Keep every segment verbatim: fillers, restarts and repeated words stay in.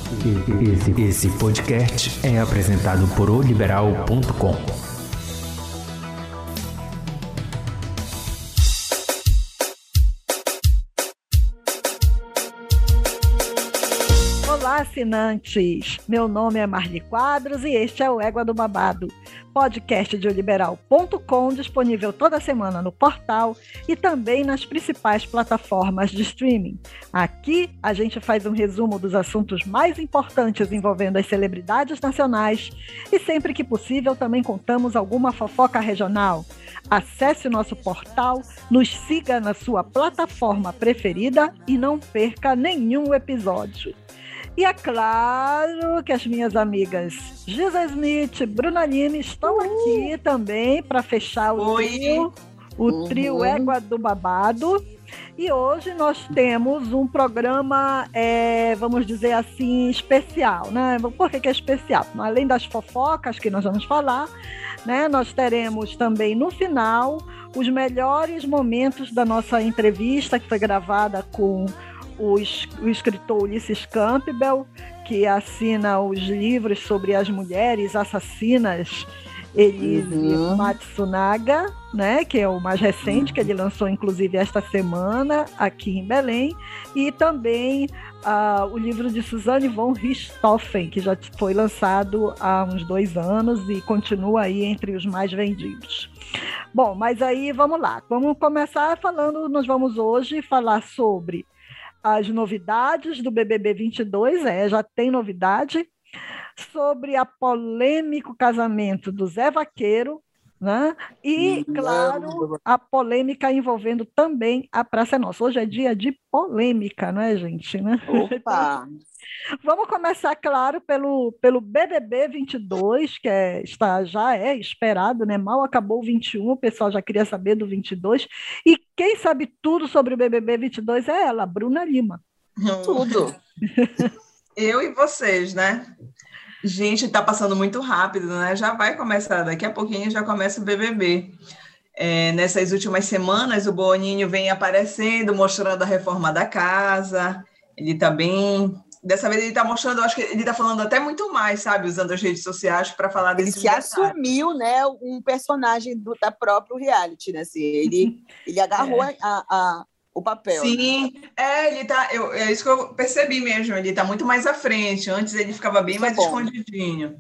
Esse, esse podcast é apresentado por o liberal ponto com. Olá, assinantes! Meu nome é Marli Quadros e este é o Égua do Babado, podcast de o liberal ponto com, disponível toda semana no portal e também nas principais plataformas de streaming. Aqui a gente faz um resumo dos assuntos mais importantes envolvendo as celebridades nacionais e sempre que possível também contamos alguma fofoca regional. Acesse o nosso portal, nos siga na sua plataforma preferida e não perca nenhum episódio. E é claro que as minhas amigas Giza Smith, Bruna Lima estão uh! aqui também para fechar o Oi. trio, o uhum. trio Égua do Babado. E hoje nós temos um programa, é, vamos dizer assim, especial, né? Por que que é especial? Além das fofocas que nós vamos falar, né, nós teremos também no final os melhores momentos da nossa entrevista que foi gravada com O, o escritor Ulisses Campbell, que assina os livros sobre as mulheres assassinas, Elise uhum. Matsunaga, né, que é o mais recente, uhum. que ele lançou inclusive esta semana aqui em Belém, e também uh, o livro de Suzanne von Richthofen, que já foi lançado há uns dois anos e continua aí entre os mais vendidos. Bom, mas aí vamos lá, vamos começar falando, nós vamos hoje falar sobre as novidades do B B B vinte e dois, é, já tem novidade, sobre a polêmico casamento do Zé Vaqueiro, né? E, claro, a polêmica envolvendo também a Praça é Nossa. Hoje é dia de polêmica, não é, gente? Né? Opa! Vamos começar, claro, pelo, pelo B B B vinte e dois, que é, está, já é esperado, né? Mal acabou o vinte e um, o pessoal já queria saber do vinte e dois. E quem sabe tudo sobre o B B B vinte e dois é ela, Bruna Lima. Tudo. Eu e vocês, né? Gente, está passando muito rápido, né? Já vai começar, daqui a pouquinho já começa o B B B. É, nessas últimas semanas, o Boninho vem aparecendo, mostrando a reforma da casa. Ele está bem... Dessa vez ele está mostrando, eu acho que ele está falando até muito mais, sabe? Usando as redes sociais para falar desse. Ele se detalhes. Assumiu, né? Um personagem do da próprio reality, né? Assim, ele, ele agarrou é. a, a, o papel. Sim, né? é, ele tá. Eu, é isso que eu percebi mesmo. Ele está muito mais à frente. Antes ele ficava bem isso mais é escondidinho.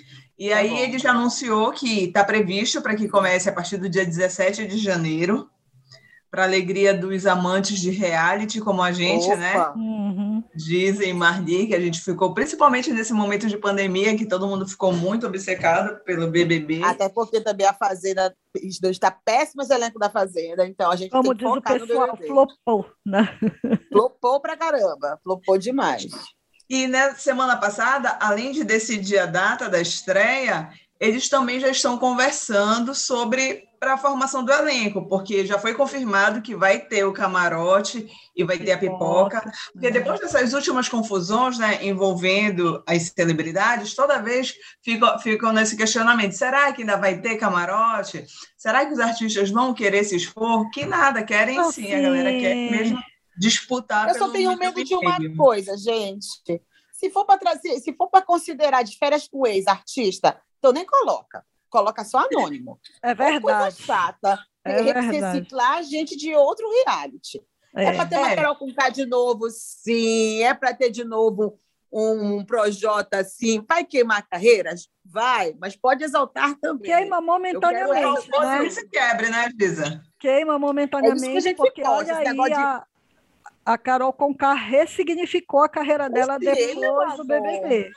E tá aí bom. Ele já anunciou que está previsto para que comece a partir do dia dezessete de janeiro. Para a alegria dos amantes de reality, como a gente, Opa. Né? Uhum. Dizem, Marli, que a gente ficou, principalmente nesse momento de pandemia, que todo mundo ficou muito obcecado pelo B B B. Até porque também a Fazenda está péssimo esse elenco da Fazenda, então a gente como tem que focar no B B B. Como diz o pessoal, flopou, né? Flopou pra caramba, flopou demais. E na semana passada, além de decidir a data da estreia, eles também já estão conversando sobre para a formação do elenco, porque já foi confirmado que vai ter o camarote e vai ter a pipoca, porque depois dessas últimas confusões, né, envolvendo as celebridades, toda vez ficam, ficam nesse questionamento, será que ainda vai ter camarote? Será que os artistas vão querer se expor? Que nada, querem oh, sim, sim, a galera quer mesmo disputar. Eu só tenho medo de uma coisa, gente, se for para trazer, se for para considerar de férias com ex-artista, então nem coloca. Coloca só anônimo. É verdade. Coisa chata. É reciclar gente de outro reality. É, é para ter é. uma Carol Conká de novo, sim. É para ter de novo um Projota, sim. Vai queimar carreiras? Vai, mas pode exaltar também. Queima momentaneamente. Quero né? que se quebre, né, Giza? Queima momentaneamente, é porque olha aí, de... a, a Carol Conká ressignificou a carreira dela depois do B B B.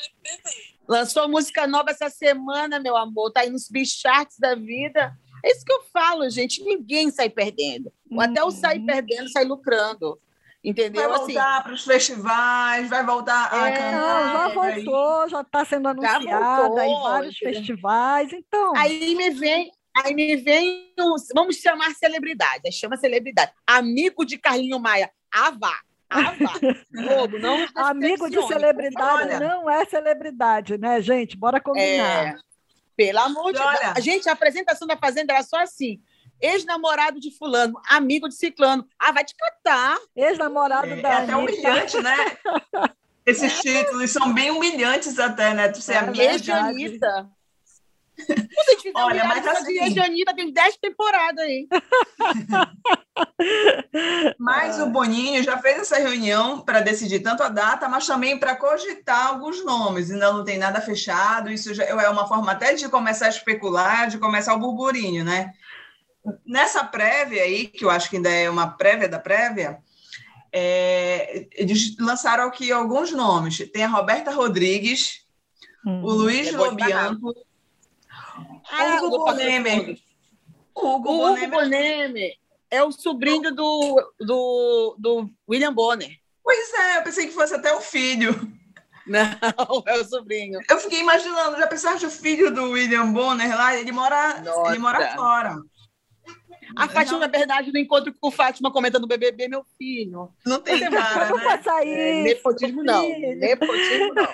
Lançou música nova essa semana, meu amor. Tá aí nos charts da vida. É isso que eu falo, gente. Ninguém sai perdendo. Ou até o sair perdendo, sai lucrando. Entendeu? Vai voltar assim, para os festivais, vai voltar a é, cantar. Já voltou, já está sendo anunciada em vários entendeu? festivais. Então... Aí me vem... Aí me vem... Os, vamos chamar celebridade. Aí chama celebridade. Amigo de Carlinho Maia. Ah, vá. Ah, Globo, não amigo de celebridade olha, não é celebridade, né, gente? Bora combinar. É, pelo amor de Deus. Gente, a apresentação da Fazenda era só assim. Ex-namorado de fulano, amigo de ciclano. Ah, vai te catar. Ex-namorado é, da É até humilhante, né? Esses títulos são bem humilhantes até, né? Tu ser É a minha Regionista. Se Olha, mas assim... Regionista tem dez temporadas aí. Mas o Boninho já fez essa reunião para decidir tanto a data, mas também para cogitar alguns nomes. Ainda não tem nada fechado. Isso já é uma forma até de começar a especular, de começar o burburinho, né? Nessa prévia aí, que eu acho que ainda é uma prévia da prévia, é, eles lançaram aqui alguns nomes. Tem a Roberta Rodrigues, hum, o Luiz é Lobianco, ah, Hugo Boneme. O Hugo, o Hugo Boneme é o sobrinho do, do, do William Bonner. Pois é, eu pensei que fosse até o filho. Não, é o sobrinho. Eu fiquei imaginando, já pensaste o filho do William Bonner lá? Ele mora, ele mora fora. A Fátima Bernardes no encontro com Fátima comentando no B B B, meu filho. Não tem cara, não né? Sair, é, nepotismo não. Nepotismo não.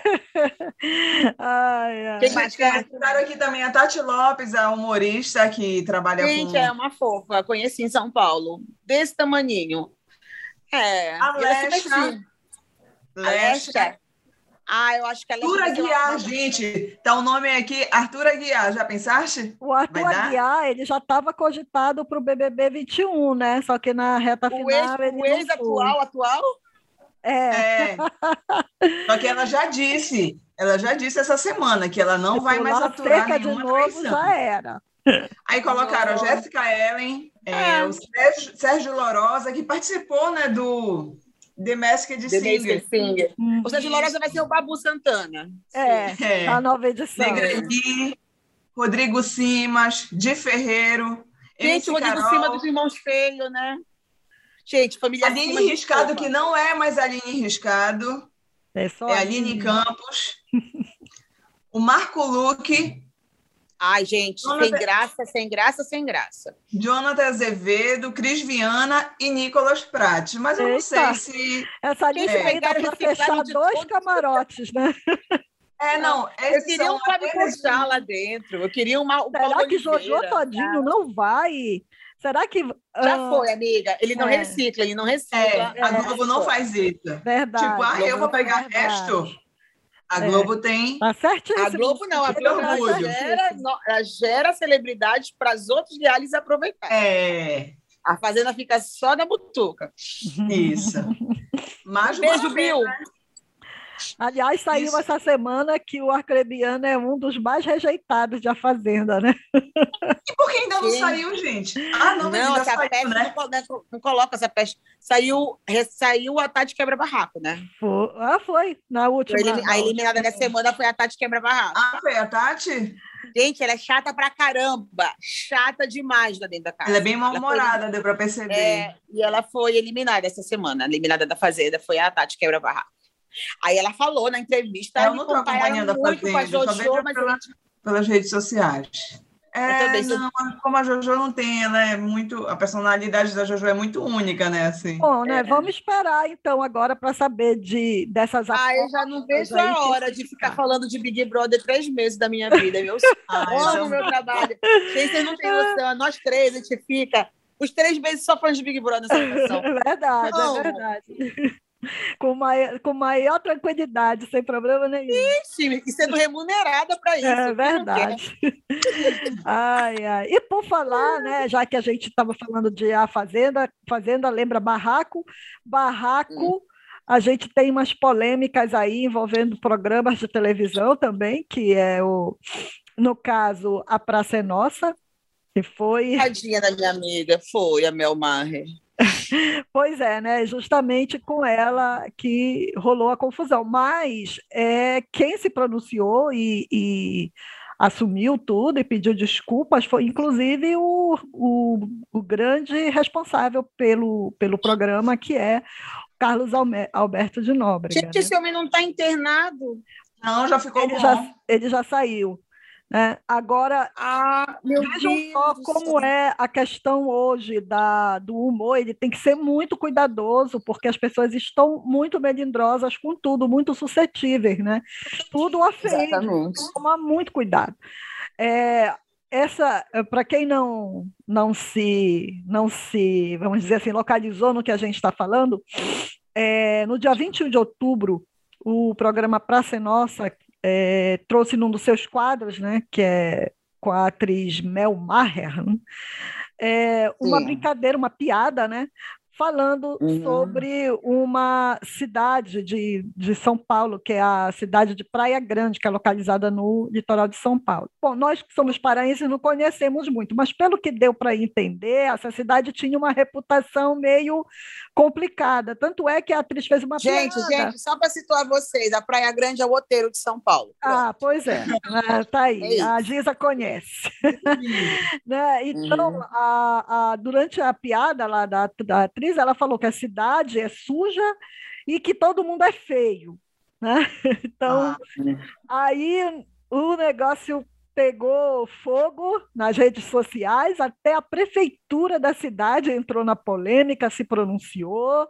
Ai, ai. Quem mais quer? Citaram aqui também a Tati Lopes, a humorista que trabalha Gente, com... Gente, é uma fofa. Conheci em São Paulo. Desse tamaninho. É. A Lesha. Lesha. Ah, eu acho que ela... Arthur Aguiar, gente. Tá o nome aqui, Arthur Aguiar. Já pensaste? O Arthur Aguiar, ele já estava cogitado para o B B B vinte e um, né? Só que na reta o final... Ex, o ex-atual, atual? É. é. Só que ela já disse, ela já disse essa semana que ela não vai mais aturar nenhuma de novo, traição. Já era. Aí colocaram Nossa. a Jéssica Ellen, é, é. o Sérgio, Sérgio Lorosa, que participou, né, do... The Masked Singer. Singer. Hum. O Sérgio Lorosa vai ser o Babu Santana. É, é. A nova edição. Negrani, Rodrigo Simas, Di Ferreiro. Gente, o Rodrigo Carol. Simas dos Irmãos Feios, né? Gente, família Aline Riscado, que não é mais Aline Riscado. É, só é Aline Campos. O Marco Luque. Ai, gente, Jonathan... sem graça, sem graça, sem graça. Jonathan Azevedo, Cris Viana e Nicolas Pratt. Mas eu Eita. não sei se... Essa lista é. aí dá para fechar dois todo... camarotes, né? É, não. Eu queria um Fábio Porchat lá dentro. Eu queria uma... Um Será que Jojo Todinho tá? não vai? Será que... Já uh... foi, amiga. Ele não é. recicla, ele não recicla. É, a Globo é. não faz isso. Verdade. Tipo, ah, eu vou pegar verdade. resto... A Globo é. tem... Tá certíssimo. A Globo não, a Globo ela gera, ela gera celebridades para os outros reais aproveitar. É. A Fazenda fica só na butuca. Isso. Mas um beijo, Bill. Né? Aliás, saiu Isso. essa semana que o Arcrebiano é um dos mais rejeitados de A Fazenda, né? E por que ainda não Sim. saiu, gente? Ah, não, não essa saiu, peste né? não, não coloca essa peste. Saiu, saiu a Tati Quebra-Barraco, né? Foi. Ah, foi. Na última. Elim, a eliminada da semana foi a Tati Quebra-Barraco. Ah, foi a Tati? Gente, ela é chata pra caramba. Chata demais lá dentro da casa. Ela é bem mal-humorada, deu pra perceber. É, e ela foi eliminada essa semana. A eliminada da Fazenda foi a Tati Quebra-Barraco. Aí ela falou na entrevista, eu não tô acompanhando a muito com a Jojo, mas pela, pelas redes sociais. É, não, como a Jojo não tem, ela é muito, a personalidade da Jojo é muito única, né, assim. Bom, né, é. vamos esperar então agora para saber de dessas Ah, eu já não vejo a hora de ficar falando de Big Brother três meses da minha vida, meu sonho, no meu trabalho. Gente, vocês não têm noção, nós três, a gente fica os três meses só falando de Big Brother nessa situação. É verdade, não. é verdade. Com maior, com maior tranquilidade, sem problema nenhum. Sim, e sendo remunerada para isso. É verdade. Ai, ai. E por falar, né, já que a gente estava falando de A Fazenda, Fazenda lembra Barraco, Barraco, hum. a gente tem umas polêmicas aí envolvendo programas de televisão também, que é o, no caso, A Praça é Nossa, que foi... Tadinha da minha amiga, foi a Mel Maher. Pois é, né? Justamente com ela que rolou a confusão. Mas é, quem se pronunciou e, e assumiu tudo e pediu desculpas foi, inclusive, o, o, o grande responsável pelo, pelo programa, que é Carlos Alberto de Nóbrega. Gente, né? Esse homem não está internado? Não, já ficou ele bom. Já, ele já saiu. Né? Agora, ah, meu vejam Deus só como é a questão hoje da, do humor. Ele tem que ser muito cuidadoso, porque as pessoas estão muito melindrosas com tudo, muito suscetíveis, né? Tudo ofende, tomar muito cuidado. É, essa, para quem não, não, se, não se, vamos dizer assim, localizou no que a gente está falando, é, no dia vinte e um de outubro o programa Praça é Nossa é, trouxe num dos seus quadros, né, que é com a atriz Mel Maher, né, é, uma Sim. brincadeira, uma piada, né, falando Uhum. sobre uma cidade de, de São Paulo, que é a cidade de Praia Grande, que é localizada no litoral de São Paulo. Bom, nós que somos paraenses não conhecemos muito, mas pelo que deu para entender, essa cidade tinha uma reputação meio complicada. Tanto é que a atriz fez uma Gente, piada. gente, só para situar vocês, a Praia Grande é o Outeiro de São Paulo. Pronto. Ah, pois é. Ah, tá aí. É a isso. Giza conhece. Né? Então, Uhum. a, a, durante a piada lá da, da atriz, ela falou que a cidade é suja e que todo mundo é feio. Né? Então, Ah, aí o negócio pegou fogo nas redes sociais, até a prefeitura da cidade entrou na polêmica, se pronunciou,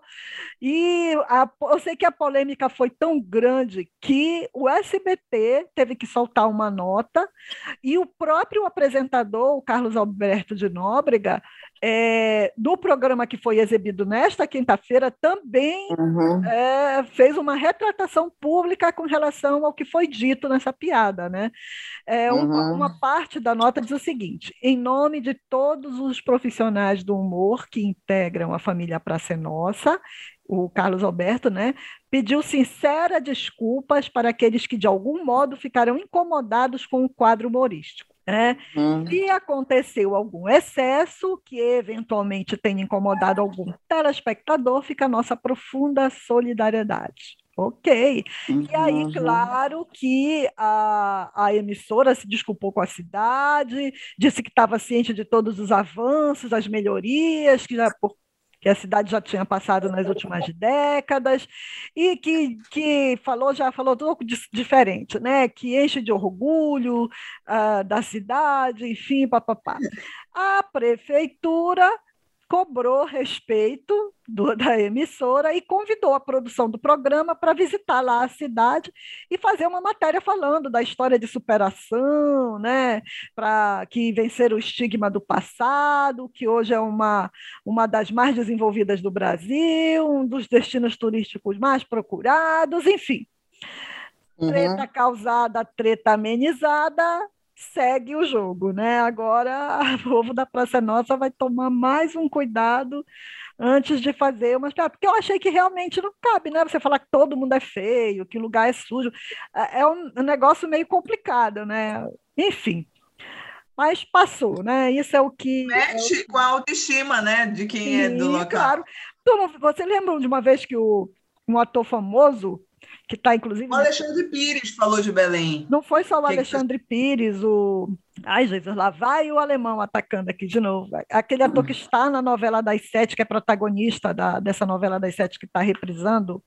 e a- eu sei que a polêmica foi tão grande que o S B T teve que soltar uma nota, e o próprio apresentador, o Carlos Alberto de Nóbrega, é, do programa que foi exibido nesta quinta-feira, também Uhum. é, fez uma retratação pública com relação ao que foi dito nessa piada, né? É, um- Uhum. uma parte da nota diz o seguinte: em nome de todos os profissionais do humor que integram a família Praça é Nossa, o Carlos Alberto, né, pediu sinceras desculpas para aqueles que de algum modo ficaram incomodados com o quadro humorístico. Né? Uhum. Se aconteceu algum excesso que eventualmente tenha incomodado algum telespectador, fica a nossa profunda solidariedade. Ok. E aí, Uhum. claro que a, a emissora se desculpou com a cidade, disse que estava ciente de todos os avanços, as melhorias, que, já, por- que a cidade já tinha passado nas últimas décadas, e que, que falou, já falou tudo di- diferente, né? Que enche de orgulho ah, da cidade, enfim, papapá. A prefeitura cobrou respeito do- da emissora e convidou a produção do programa para visitar lá a cidade e fazer uma matéria falando da história de superação, né, para que vencer o estigma do passado, que hoje é uma, uma das mais desenvolvidas do Brasil, um dos destinos turísticos mais procurados, enfim. Treta Uhum. causada, treta amenizada, segue o jogo, né? Agora o povo da Praça é Nossa vai tomar mais um cuidado antes de fazer umas piadas, porque eu achei que realmente não cabe, né? Você falar que todo mundo é feio, que o lugar é sujo, é é um um negócio meio complicado, né? Enfim, mas passou, né? Isso é o que é o mexe com a autoestima, né, de quem é do que, local. claro. Tu não- Você lembra de uma vez que o, um ator famoso, que está inclusive O Alexandre Pires falou de Belém. não foi só o Que que- Alexandre Pires, o. Ai, Jesus, lá vai o alemão atacando aqui de novo. Aquele ator que está na novela das sete, que é protagonista da, dessa novela das sete que está reprisando.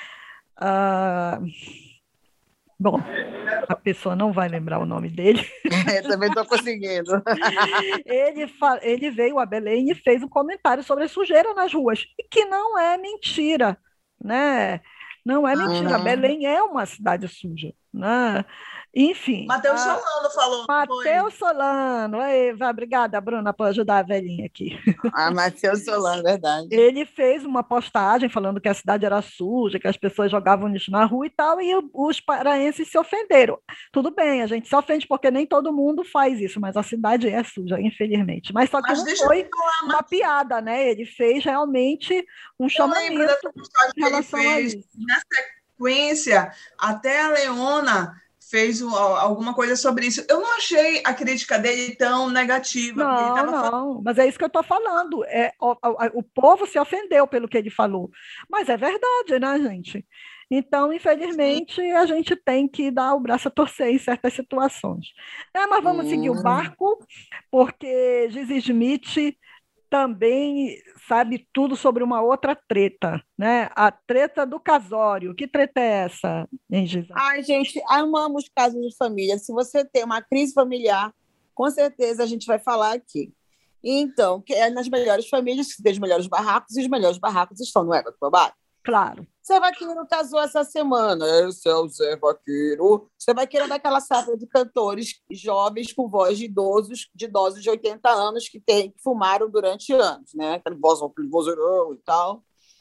ah, Bom, a pessoa não vai lembrar o nome dele. Também estou conseguindo. Ele, fa- ele veio a Belém e fez um comentário sobre a sujeira nas ruas, e que não é mentira, né? Não é mentira. Uhum. Belém é uma cidade suja, né? Enfim. Matheus a- Solano falou. não foi? Matheus Solano, aí, vai, obrigada, Bruna, por ajudar a velhinha aqui. Ah, Matheus Solano, verdade. Ele fez uma postagem falando que a cidade era suja, que as pessoas jogavam lixo na rua e tal, e o- os paraenses se ofenderam. Tudo bem, a gente se ofende porque nem todo mundo faz isso, mas a cidade é suja, infelizmente. Mas só que Mas não deixa foi eu falar, uma piada, né? Ele fez realmente um eu lembro dessa chamamento postagem em que ele relação a fez. isso. Na sequência, até a Leona fez um- alguma coisa sobre isso. Eu não achei a crítica dele tão negativa, porque ele Não, estava falando. não, mas é isso que eu estou falando. É, o, o- o povo se ofendeu pelo que ele falou. Mas é verdade, né, gente? Então, infelizmente, a gente tem que dar o braço a torcer em certas situações. É, mas vamos seguir o Hum. barco, porque Gizzy Smith também sabe tudo sobre uma outra treta, né? A treta do casório. Que treta é essa, hein, Giza? Ai, gente, amamos casos de família. Se você tem uma crise familiar, com certeza a gente vai falar aqui. Então, que é nas melhores famílias que tem os melhores barracos, e os melhores barracos estão no Égua do Babado. Claro. Zé Vaqueiro casou essa semana. Esse é o Zé Vaqueiro. Zé Vaqueiro é daquela safra de cantores jovens com voz de idosos, de idosos de oitenta anos que, tem, que fumaram durante anos, né? Aquele voz, aquele vozeirão e tal.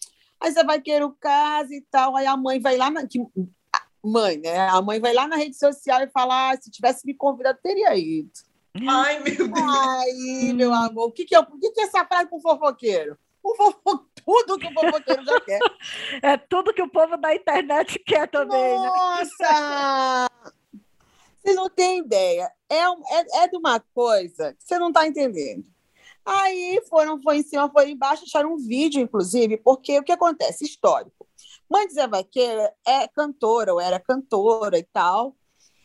Aí Zé Vaqueiro casa e tal, aí a mãe vai lá na... Mãe, né? A mãe vai lá na rede social e fala, ah, se tivesse me convidado, teria ido. Ai, meu Deus. Aí, meu amor, o que, que, é, o que, que é essa frase pro fofoqueiro? O fofo... Tudo que o fofoqueiro já quer. É tudo que o povo da internet quer também, Nossa! Né? Vocês não têm ideia. É, é, é de uma coisa que você não está entendendo. Aí foram, foi em cima, foi embaixo, acharam um vídeo, inclusive, porque o que acontece? Histórico. Mãe de Zé Vaqueiro é cantora, ou era cantora e tal,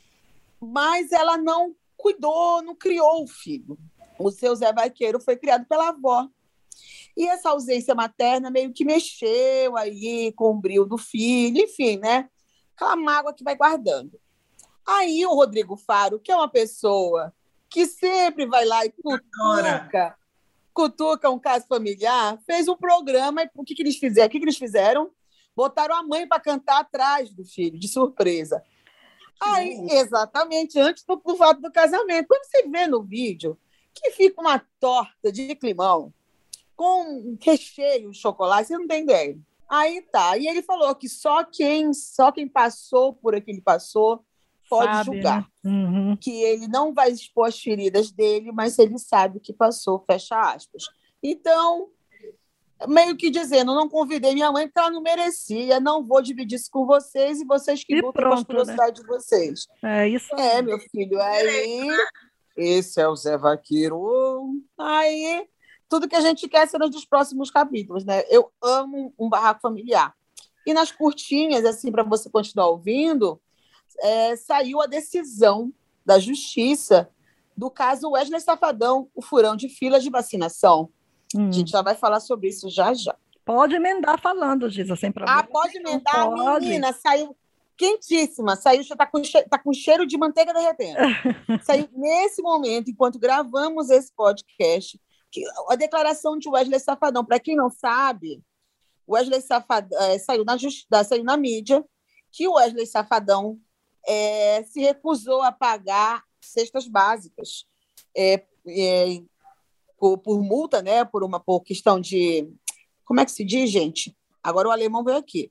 mas ela não cuidou, não criou o filho. O seu Zé Vaqueiro foi criado pela avó. E essa ausência materna meio que mexeu aí com o brio do filho, enfim, né? Aquela mágoa que vai guardando. Aí o Rodrigo Faro, que é uma pessoa que sempre vai lá e cutuca, cutuca um caso familiar, fez um programa e o que, que eles fizeram? O que, que eles fizeram? Botaram a mãe para cantar atrás do filho, de surpresa. Aí, exatamente, antes do, do fato do casamento. Quando você vê no vídeo que fica uma torta de climão com recheio de chocolate, você não tem ideia. Aí tá. E ele falou que só quem, só quem passou por aquilo que ele passou pode Sabe, julgar. Né? Uhum. Que ele não vai expor as feridas dele, mas ele sabe o que passou, fecha aspas. Então, meio que dizendo, não convidei minha mãe porque ela não merecia, não vou dividir isso com vocês e vocês que E lutem pronto, com as curiosidades, né, de vocês. É isso. É, meu filho, aí... Esse é o Zé Vaqueiro. Aí, tudo que a gente quer ser nos próximos capítulos, né? Eu amo um barraco familiar. E nas curtinhas, assim, para você continuar ouvindo, é, saiu a decisão da Justiça do caso Wesley Safadão, o furão de filas de vacinação. Hum. A gente já vai falar sobre isso já, já. Pode emendar falando, Giza, sem problema. Ah, pode emendar, pode. Menina, saiu quentíssima, saiu, está com, tá com cheiro de manteiga derretendo. Saiu nesse momento, enquanto gravamos esse podcast, que a declaração de Wesley Safadão. Para quem não sabe, Wesley Safadão é, saiu, na justiça, saiu na mídia que o Wesley Safadão é, se recusou a pagar cestas básicas é, é, por, por multa, né? Por uma por questão de... Como é que se diz, gente? Agora o alemão veio aqui.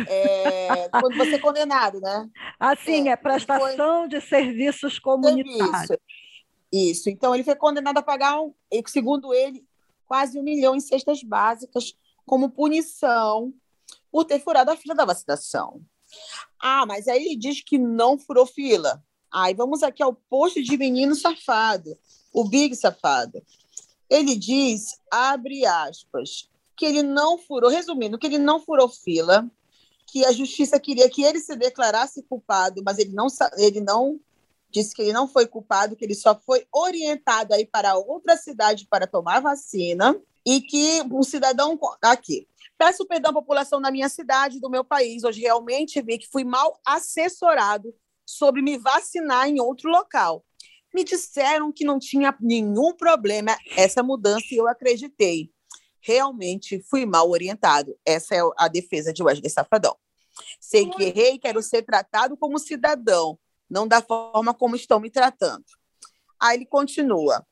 É, quando você é condenado, né? Assim, é, é prestação foi... de serviços comunitários. Serviço. Isso. Então, ele foi condenado a pagar, um, segundo ele, quase um milhão em cestas básicas como punição por ter furado a fila da vacinação. Ah, mas aí ele diz que não furou fila. Aí vamos aqui ao posto de menino safado, o Big Safado. Ele diz, abre aspas, que ele não furou, resumindo, que ele não furou fila, que a justiça queria que ele se declarasse culpado, mas ele não, ele não disse que ele não foi culpado, que ele só foi orientado a ir para outra cidade para tomar vacina e que um cidadão... Aqui. Peço perdão à população da minha cidade, do meu país. Hoje realmente vi que fui mal assessorado sobre me vacinar em outro local. Me disseram que não tinha nenhum problema essa mudança e eu acreditei. Realmente fui mal orientado. Essa é a defesa de Wesley Safadão. Sei que errei, quero ser tratado como cidadão, não da forma como estão me tratando. Aí ele continua.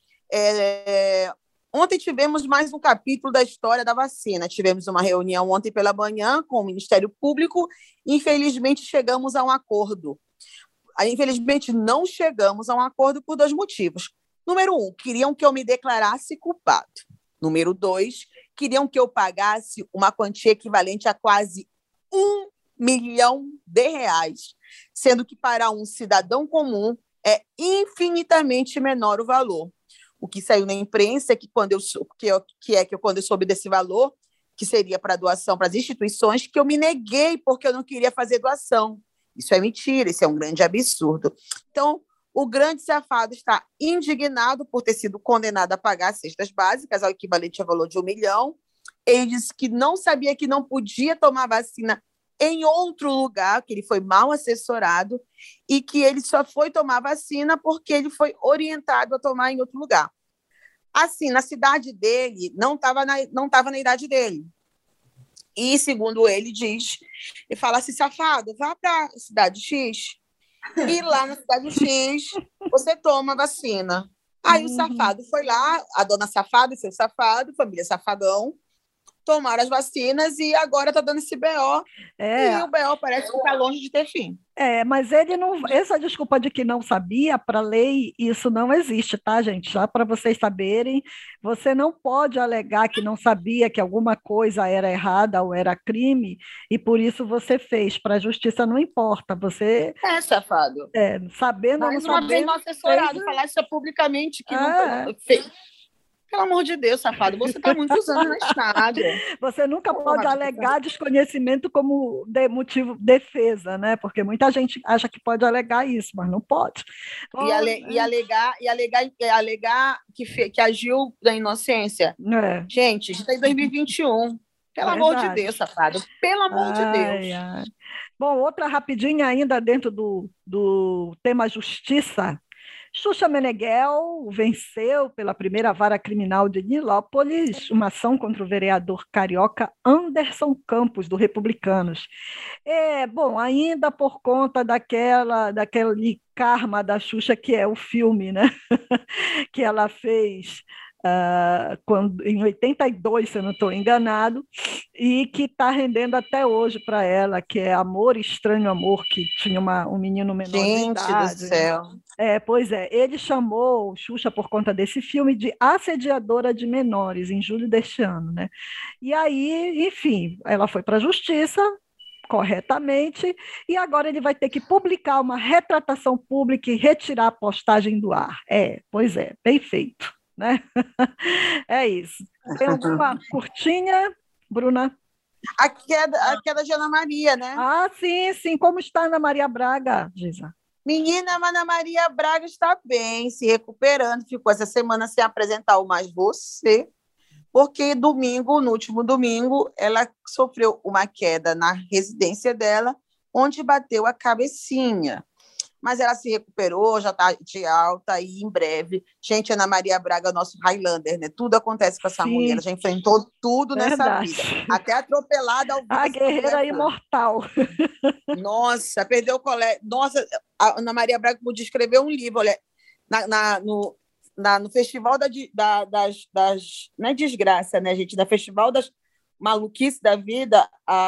É... Ontem tivemos mais um capítulo da história da vacina. Tivemos uma reunião ontem pela manhã com o Ministério Público e, infelizmente, chegamos a um acordo. Aí, infelizmente, não chegamos a um acordo por dois motivos. Número um, queriam que eu me declarasse culpado. Número dois, queriam que eu pagasse uma quantia equivalente a quase um milhão de reais, sendo que para um cidadão comum é infinitamente menor o valor. O que saiu na imprensa é que, quando eu, que, eu, que é que eu, quando eu soube desse valor, que seria para doação para as instituições, que eu me neguei porque eu não queria fazer doação. Isso é mentira, isso é um grande absurdo. Então, o grande safado está indignado por ter sido condenado a pagar cestas básicas, ao equivalente ao valor de um milhão. Ele disse que não sabia que não podia tomar vacina em outro lugar, que ele foi mal assessorado e que ele só foi tomar vacina porque ele foi orientado a tomar em outro lugar. Assim, na cidade dele, não estava na, não estava na idade dele. E, segundo ele, diz, ele fala assim, safado, vá para a cidade X e lá na cidade X você toma vacina. Aí uhum. o safado foi lá, a dona Safado e seu safado, família Safadão, tomaram as vacinas e agora está dando esse B O. É. E o B O parece que está longe de ter fim. É, mas ele não. Essa desculpa de que não sabia, para a lei, isso não existe, tá, gente? Já para vocês saberem, você não pode alegar que não sabia que alguma coisa era errada ou era crime, e por isso você fez. Para a justiça não importa. Você. É, safado. É, sabendo ou não sabendo. Mas uma vez assessorado, fez... falar isso publicamente que ah, não fez. Pelo amor de Deus, safado, você está muitos anos na estrada. Você nunca Porra, pode alegar desconhecimento como de motivo de defesa, né? Porque muita gente acha que pode alegar isso, mas não pode. Bom, e, ale, é. e alegar, e alegar, e alegar que, fe, que agiu da inocência. É. Gente, a gente está em dois mil e vinte e um. Pelo é amor de Deus, safado. Pelo amor ai, de Deus. Ai. Bom, outra rapidinha ainda dentro do, do tema justiça. Xuxa Meneghel venceu pela primeira vara criminal de Nilópolis uma ação contra o vereador carioca Anderson Campos, do Republicanos. É, bom, ainda por conta daquela, daquele karma da Xuxa, que é o filme, né? que ela fez uh, quando, em oitenta e dois, se eu não estou enganado, e que está rendendo até hoje para ela, que é Amor, Estranho Amor, que tinha uma, um menino menor Gente de idade. Gente do céu! É, pois é, ele chamou Xuxa por conta desse filme de assediadora de menores, em julho deste ano, né? E aí, enfim, ela foi para a justiça, corretamente, e agora ele vai ter que publicar uma retratação pública e retirar a postagem do ar. É, pois é, bem feito, né? É isso. Tem alguma curtinha, Bruna? A queda, a queda de Ana Maria, né? Ah, sim, sim. Como está Ana Maria Braga, Giza? Menina, Ana Maria Braga está bem, se recuperando, ficou essa semana sem apresentar o Mais Você, porque domingo, no último domingo, ela sofreu uma queda na residência dela, onde bateu a cabecinha. Mas ela se recuperou, já está de alta e em breve. Gente, Ana Maria Braga é nosso Highlander, né? Tudo acontece com essa Sim. mulher, ela já enfrentou tudo Verdade. nessa vida. Até atropelada ao vivo. A guerreira imortal. Nossa, perdeu o colégio. Nossa, a Ana Maria Braga podia escrever um livro, olha, na, na, no, na, no Festival da, da, das, das... Não é desgraça, né, gente? No Festival das Maluquice da Vida,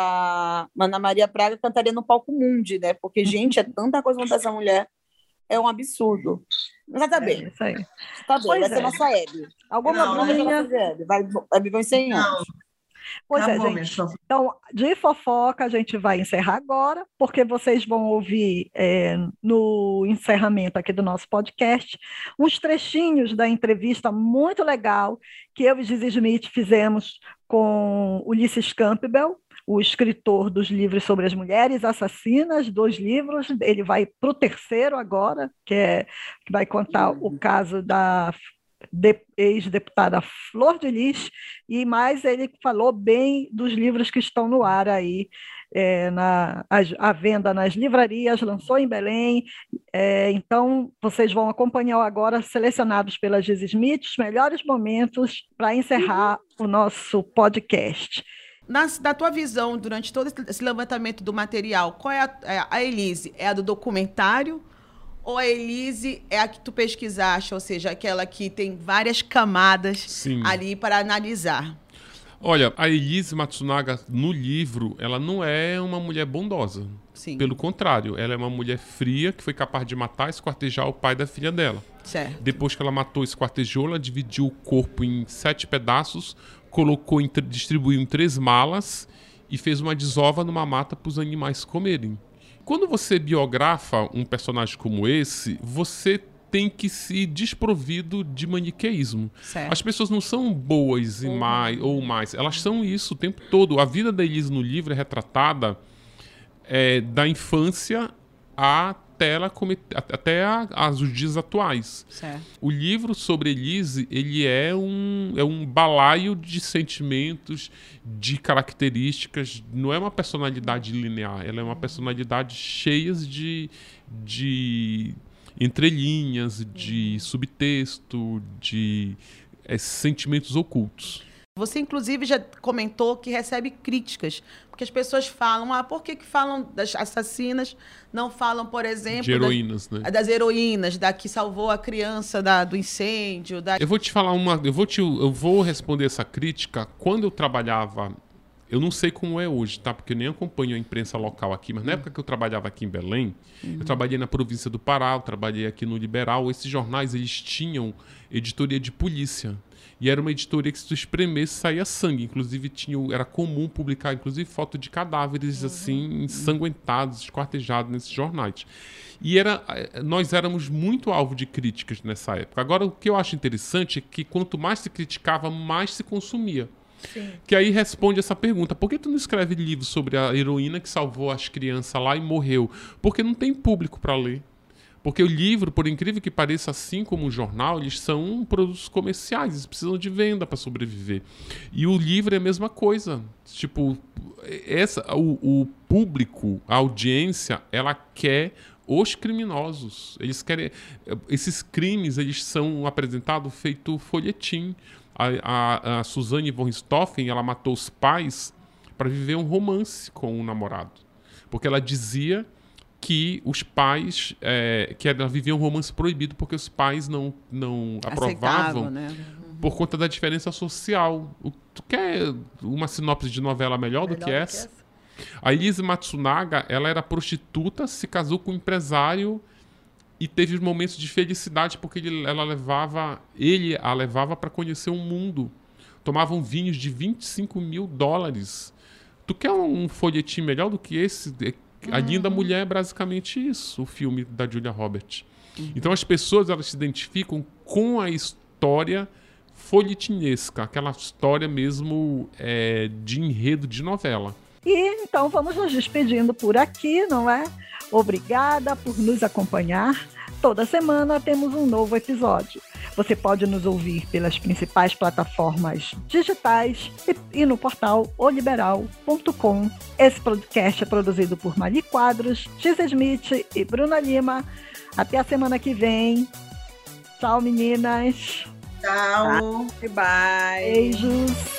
a Ana Maria Braga cantaria no palco Mundi, né? Porque, gente, é tanta coisa contra essa mulher, é um absurdo. Mas tá bem. É isso aí. Tá bem, pois vai é. ser nossa Hebe. Alguma não, Bruninha... Vai, vai viver uns cem anos. Pois Acabou, é, gente. Então, de fofoca, a gente vai encerrar agora, porque vocês vão ouvir é, no encerramento aqui do nosso podcast uns trechinhos da entrevista muito legal que eu e Giz Smith fizemos com Ulisses Campbell, o escritor dos livros sobre as mulheres assassinas, dois livros. Ele vai para o terceiro agora, que, é, que vai contar o caso da De, ex-deputada Flor de Lis, e mais ele falou bem dos livros que estão no ar aí, é, na, a, a venda nas livrarias, lançou em Belém, é, então vocês vão acompanhar agora, selecionados pela Giz Smith, os melhores momentos para encerrar uhum. o nosso podcast. Na, da tua visão, durante todo esse levantamento do material, qual é a, a, a Elise? É a do documentário? Ou a Elise é a que tu pesquisaste, ou seja, aquela que tem várias camadas Sim. ali para analisar? Olha, a Elise Matsunaga, no livro, ela não é uma mulher bondosa. Sim. Pelo contrário, ela é uma mulher fria que foi capaz de matar e esquartejar o pai da filha dela. Certo. Depois que ela matou e esquartejou, ela dividiu o corpo em sete pedaços, colocou em, distribuiu em três malas e fez uma desova numa mata para os animais comerem. Quando você biografa um personagem como esse, você tem que se desprovido de maniqueísmo. Certo. As pessoas não são boas e uhum. mais, ou mais, elas são isso o tempo todo. A vida da Elise no livro é retratada é, da infância até, ela cometer, até a, a, os dias atuais. Certo. O livro sobre Elise, ele é um, é um balaio de sentimentos, de características. Não é uma personalidade linear, ela é uma personalidade cheia de, de entrelinhas, de subtexto, de é, sentimentos ocultos. Você, inclusive, já comentou que recebe críticas, porque as pessoas falam, ah, por que que falam das assassinas, não falam, por exemplo... De heroínas, das, né? Das heroínas, da que salvou a criança da, do incêndio. Da... Eu vou te falar uma... Eu vou, te, eu vou responder essa crítica. Quando eu trabalhava... Eu não sei como é hoje, tá? Porque eu nem acompanho a imprensa local aqui, mas na época que eu trabalhava aqui em Belém, uhum. eu trabalhei na província do Pará, eu trabalhei aqui no Liberal. Esses jornais, eles tinham editoria de polícia. E era uma editoria que, se tu espremesse, saía sangue. Inclusive, tinha, era comum publicar, inclusive, foto de cadáveres, uhum. assim, ensanguentados, esquartejados nesses jornais. E era, nós éramos muito alvo de críticas nessa época. Agora, o que eu acho interessante é que, quanto mais se criticava, mais se consumia. Sim. Que aí responde essa pergunta: por que tu não escreve livro sobre a heroína que salvou as crianças lá e morreu? Porque não tem público para ler. Porque o livro, por incrível que pareça, assim como o jornal, eles são produtos comerciais, eles precisam de venda para sobreviver. E o livro é a mesma coisa. Tipo, essa, o, o público, a audiência, ela quer os criminosos. Eles querem... Esses crimes, eles são apresentados feito folhetim. A, a, a Suzanne von Richthofen, ela matou os pais para viver um romance com o namorado. Porque ela dizia que os pais, é, que ela vivia um romance proibido porque os pais não, não aprovavam, né? Uhum. Por conta da diferença social. O, tu quer uma sinopse de novela melhor, melhor do que essa? Que essa? A Elise Matsunaga, ela era prostituta, se casou com um empresário e teve momentos de felicidade porque ele, ela levava, ele a levava para conhecer o mundo. Tomavam vinhos de vinte e cinco mil dólares. Tu quer um folhetim melhor do que esse? A Linda uhum. Mulher é basicamente isso, o filme da Julia Roberts. Uhum. Então as pessoas, elas se identificam com a história folhetinesca, aquela história mesmo é, de enredo de novela. E então vamos nos despedindo por aqui, não é? Obrigada por nos acompanhar. Toda semana temos um novo episódio. Você pode nos ouvir pelas principais plataformas digitais e, e no portal o liberal ponto com. Esse podcast é produzido por Mali Quadros, Giz Smith e Bruna Lima. Até a semana que vem. Tchau, meninas. Tchau. Bye. Beijos.